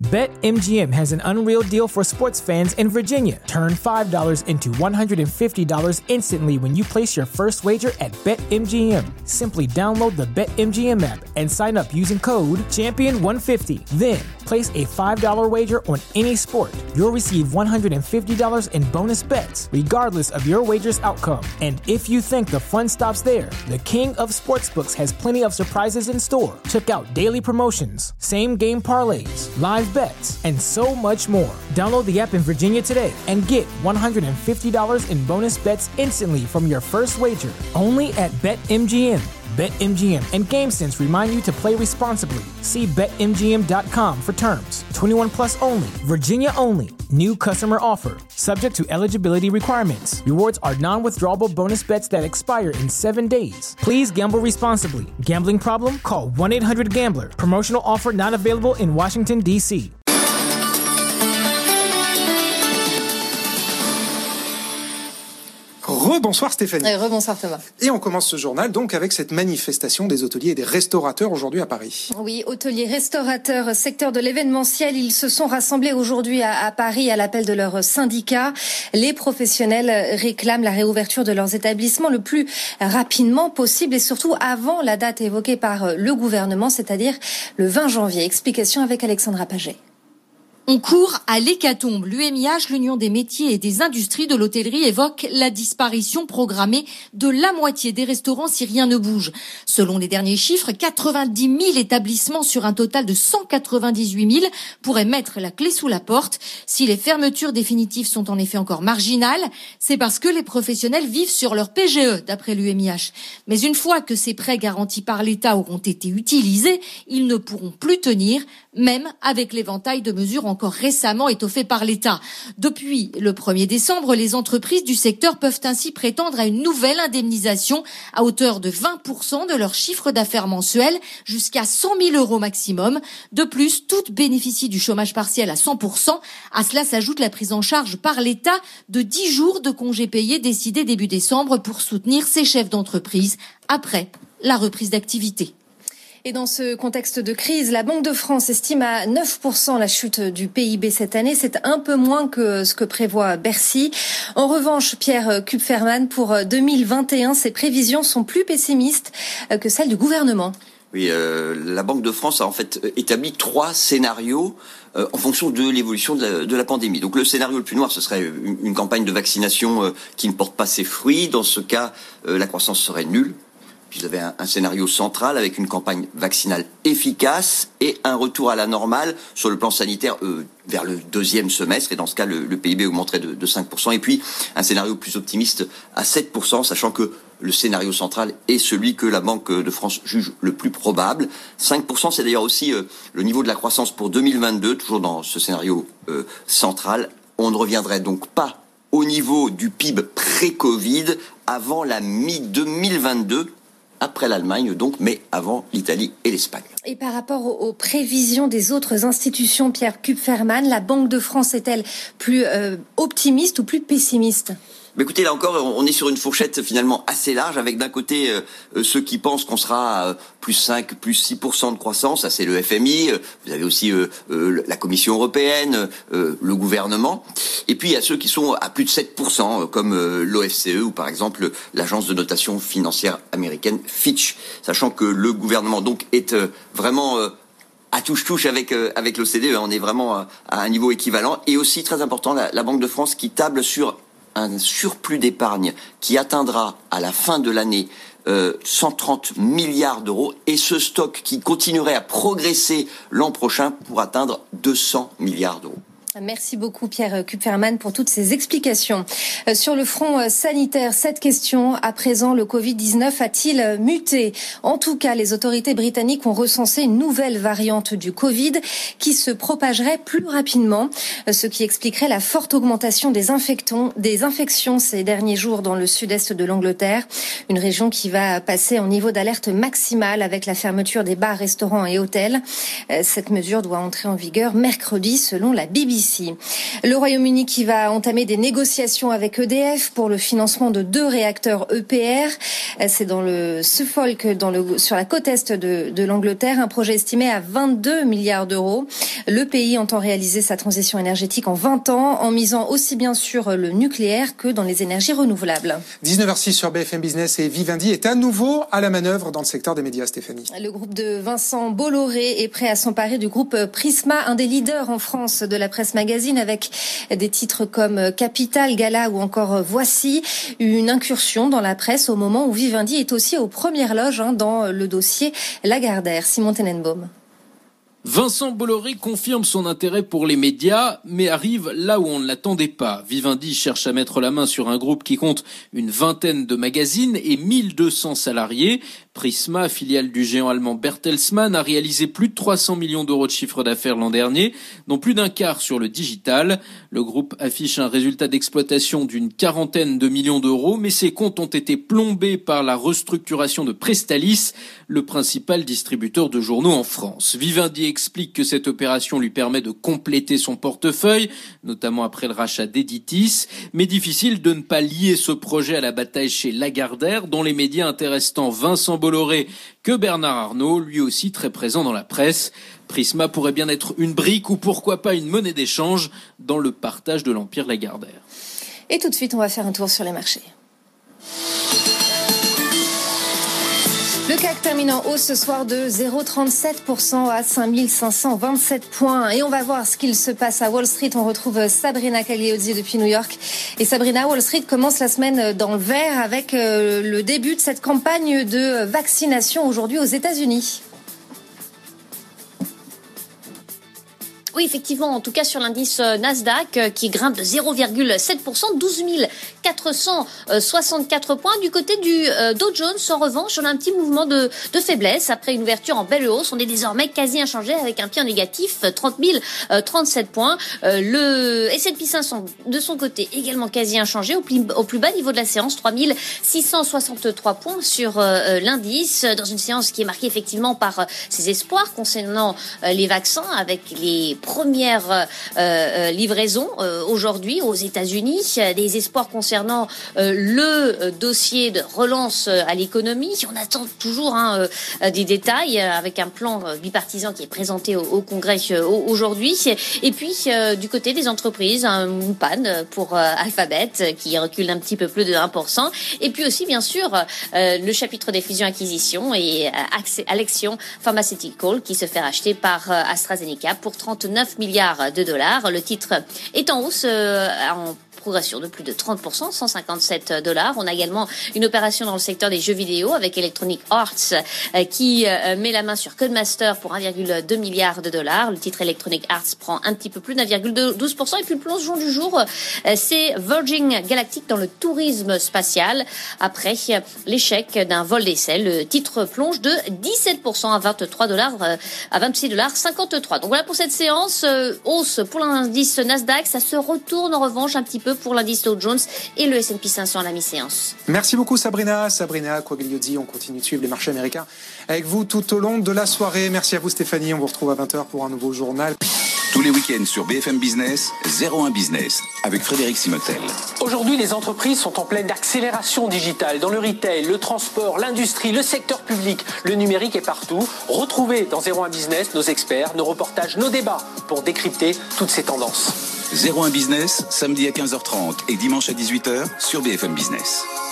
BetMGM has an unreal deal for sports fans in Virginia. Turn $5 into $150 instantly when you place your first wager at BetMGM. Simply download the BetMGM app and sign up using code Champion150. Then, place a $5 wager on any sport. You'll receive $150 in bonus bets, regardless of your wager's outcome. And if you think the fun stops there, the King of Sportsbooks has plenty of surprises in store. Check out daily promotions, same-game parlays, live bets, and so much more. Download the app in Virginia today and get $150 in bonus bets instantly from your first wager. Only at BetMGM. BetMGM and GameSense remind you to play responsibly. See BetMGM.com for terms. 21 plus only. Virginia only. New customer offer. Subject to eligibility requirements. Rewards are non-withdrawable bonus bets that expire in 7 days. Please gamble responsibly. Gambling problem? Call 1-800-GAMBLER. Promotional offer not available in Washington, D.C. Rebonsoir Stéphanie. Rebonsoir Thomas. Et on commence ce journal donc avec cette manifestation des hôteliers et des restaurateurs aujourd'hui à Paris. Oui, hôteliers, restaurateurs, secteur de l'événementiel, ils se sont rassemblés aujourd'hui à Paris à l'appel de leur syndicat. Les professionnels réclament la réouverture de leurs établissements le plus rapidement possible et surtout avant la date évoquée par le gouvernement, c'est-à-dire le 20 janvier. Explication avec Alexandra Paget. On court à l'hécatombe. L'UMIH, l'Union des métiers et des industries de l'hôtellerie, évoque la disparition programmée de la moitié des restaurants si rien ne bouge. Selon les derniers chiffres, 90 000 établissements sur un total de 198 000 pourraient mettre la clé sous la porte. Si les fermetures définitives sont en effet encore marginales, c'est parce que les professionnels vivent sur leur PGE, d'après l'UMIH. Mais une fois que ces prêts garantis par l'État auront été utilisés, ils ne pourront plus tenir, même avec l'éventail de mesures encore récemment étoffé par l'État. Depuis le 1er décembre, les entreprises du secteur peuvent ainsi prétendre à une nouvelle indemnisation à hauteur de 20% de leur chiffre d'affaires mensuel, jusqu'à 100 000 € maximum. De plus, toutes bénéficient du chômage partiel à 100%. À cela s'ajoute la prise en charge par l'État de 10 jours de congés payés décidés début décembre pour soutenir ces chefs d'entreprise après la reprise d'activité. Et dans ce contexte de crise, la Banque de France estime à 9% la chute du PIB cette année. C'est un peu moins que ce que prévoit Bercy. En revanche, Pierre Kupferman, pour 2021, ses prévisions sont plus pessimistes que celles du gouvernement. Oui, la Banque de France a en fait établi 3 scénarios en fonction de l'évolution de la pandémie. Donc le scénario le plus noir, ce serait une campagne de vaccination qui ne porte pas ses fruits. Dans ce cas, la croissance serait nulle. Puis vous avez un scénario central avec une campagne vaccinale efficace et un retour à la normale sur le plan sanitaire vers le 2e semestre. Et dans ce cas, le PIB augmenterait de 5%. Et puis un scénario plus optimiste à 7%, sachant que le scénario central est celui que la Banque de France juge le plus probable. 5%, c'est d'ailleurs aussi le niveau de la croissance pour 2022, toujours dans ce scénario central. On ne reviendrait donc pas au niveau du PIB pré-Covid avant la mi-2022, après l'Allemagne donc, mais avant l'Italie et l'Espagne. Et par rapport aux prévisions des autres institutions, Pierre Kupferman, la Banque de France est-elle plus optimiste ou plus pessimiste ? Mais écoutez, là encore, on est sur une fourchette finalement assez large, avec d'un côté ceux qui pensent qu'on sera à plus 5, plus 6% de croissance, ça c'est le FMI, vous avez aussi la Commission européenne, le gouvernement, et puis il y a ceux qui sont à plus de 7%, comme l'OFCE ou par exemple l'agence de notation financière américaine Fitch, sachant que le gouvernement donc est vraiment à touche-touche avec l'OCDE, on est vraiment à un niveau équivalent, et aussi très important, la Banque de France qui table sur un surplus d'épargne qui atteindra à la fin de l'année 130 milliards d'euros et ce stock qui continuerait à progresser l'an prochain pour atteindre 200 milliards d'euros. Merci beaucoup Pierre Kupferman pour toutes ces explications. Sur le front sanitaire, cette question, à présent, le Covid-19 a-t-il muté ? En tout cas, les autorités britanniques ont recensé une nouvelle variante du Covid qui se propagerait plus rapidement, ce qui expliquerait la forte augmentation des infections ces derniers jours dans le sud-est de l'Angleterre, une région qui va passer en niveau d'alerte maximale avec la fermeture des bars, restaurants et hôtels. Cette mesure doit entrer en vigueur mercredi selon la BBC. BBC. Le Royaume-Uni qui va entamer des négociations avec EDF pour le financement de 2 réacteurs EPR. C'est dans le Suffolk, sur la côte est de l'Angleterre, un projet estimé à 22 milliards d'euros. Le pays entend réaliser sa transition énergétique en 20 ans, en misant aussi bien sur le nucléaire que dans les énergies renouvelables. 19h06 sur BFM Business et Vivendi est à nouveau à la manœuvre dans le secteur des médias, Stéphanie. Le groupe de Vincent Bolloré est prêt à s'emparer du groupe Prisma, un des leaders en France de la presse magazine, avec des titres comme Capital, Gala ou encore Voici. Une incursion dans la presse au moment où Vivendi est aussi aux premières loges dans le dossier Lagardère. Simon Tenenbaum. Vincent Bolloré confirme son intérêt pour les médias, mais arrive là où on ne l'attendait pas. Vivendi cherche à mettre la main sur un groupe qui compte une vingtaine de magazines et 1200 salariés. Prisma, filiale du géant allemand Bertelsmann, a réalisé plus de 300 millions d'euros de chiffre d'affaires l'an dernier, dont plus d'un quart sur le digital. Le groupe affiche un résultat d'exploitation d'une 40aine de millions d'euros, mais ses comptes ont été plombés par la restructuration de Prestalis, le principal distributeur de journaux en France. Vivendi explique que cette opération lui permet de compléter son portefeuille, notamment après le rachat d'Editis, mais difficile de ne pas lier ce projet à la bataille chez Lagardère, dont les médias intéressent tant Vincent Bolloré que Bernard Arnault, lui aussi très présent dans la presse. Prisma pourrait bien être une brique ou pourquoi pas une monnaie d'échange dans le partage de l'empire Lagardère. Et tout de suite, on va faire un tour sur les marchés. Le CAC termine en hausse ce soir de 0,37% à 5527 points. Et on va voir ce qu'il se passe à Wall Street. On retrouve Sabrina Cagliozzi depuis New York. Et Sabrina, Wall Street commence la semaine dans le vert avec le début de cette campagne de vaccination aujourd'hui aux États-Unis. Oui, effectivement, en tout cas sur l'indice Nasdaq qui grimpe de 0,7%, 12 464 points. Du côté du Dow Jones, en revanche, on a un petit mouvement de faiblesse. Après une ouverture en belle hausse, on est désormais quasi inchangé avec un pied en négatif, 30 037 points. Le S&P 500, de son côté, également quasi inchangé, au plus bas niveau de la séance, 3 663 points sur l'indice, dans une séance qui est marquée effectivement par ces espoirs concernant les vaccins, avec les premières livraisons aujourd'hui aux États-Unis, des espoirs concernant le dossier de relance à l'économie. On attend toujours des détails avec un plan bipartisan qui est présenté au Congrès aujourd'hui. Et puis du côté des entreprises, une panne pour Alphabet qui recule d'un petit peu plus de 1%. Et puis aussi bien sûr le chapitre des fusions-acquisitions et Alexion Pharmaceutical qui se fait racheter par AstraZeneca pour 39 milliards de dollars. Le titre est en hausse en progression de plus de 30%, 157 $. On a également une opération dans le secteur des jeux vidéo avec Electronic Arts qui met la main sur Codemaster pour 1,2 milliard de dollars. Le titre Electronic Arts prend un petit peu plus d'1,12%. Et puis le plongeon du jour, c'est Virgin Galactic dans le tourisme spatial. Après l'échec d'un vol d'essai, le titre plonge de 17% à $26,53. Donc voilà pour cette séance. Hausse pour l'indice Nasdaq. Ça se retourne en revanche un petit peu pour l'indice Dow Jones et le S&P 500 à la mi-séance. Merci beaucoup Sabrina Cagliozzi. On continue de suivre les marchés américains avec vous tout au long de la soirée. Merci à vous Stéphanie. On vous retrouve à 20h pour un nouveau journal. Tous les week-ends sur BFM Business, 01 Business, avec Frédéric Simotel. Aujourd'hui, les entreprises sont en pleine accélération digitale. Dans le retail, le transport, l'industrie, le secteur public, le numérique est partout. Retrouvez dans 01 Business nos experts, nos reportages, nos débats pour décrypter toutes ces tendances. 01 Business, samedi à 15h30 et dimanche à 18h sur BFM Business.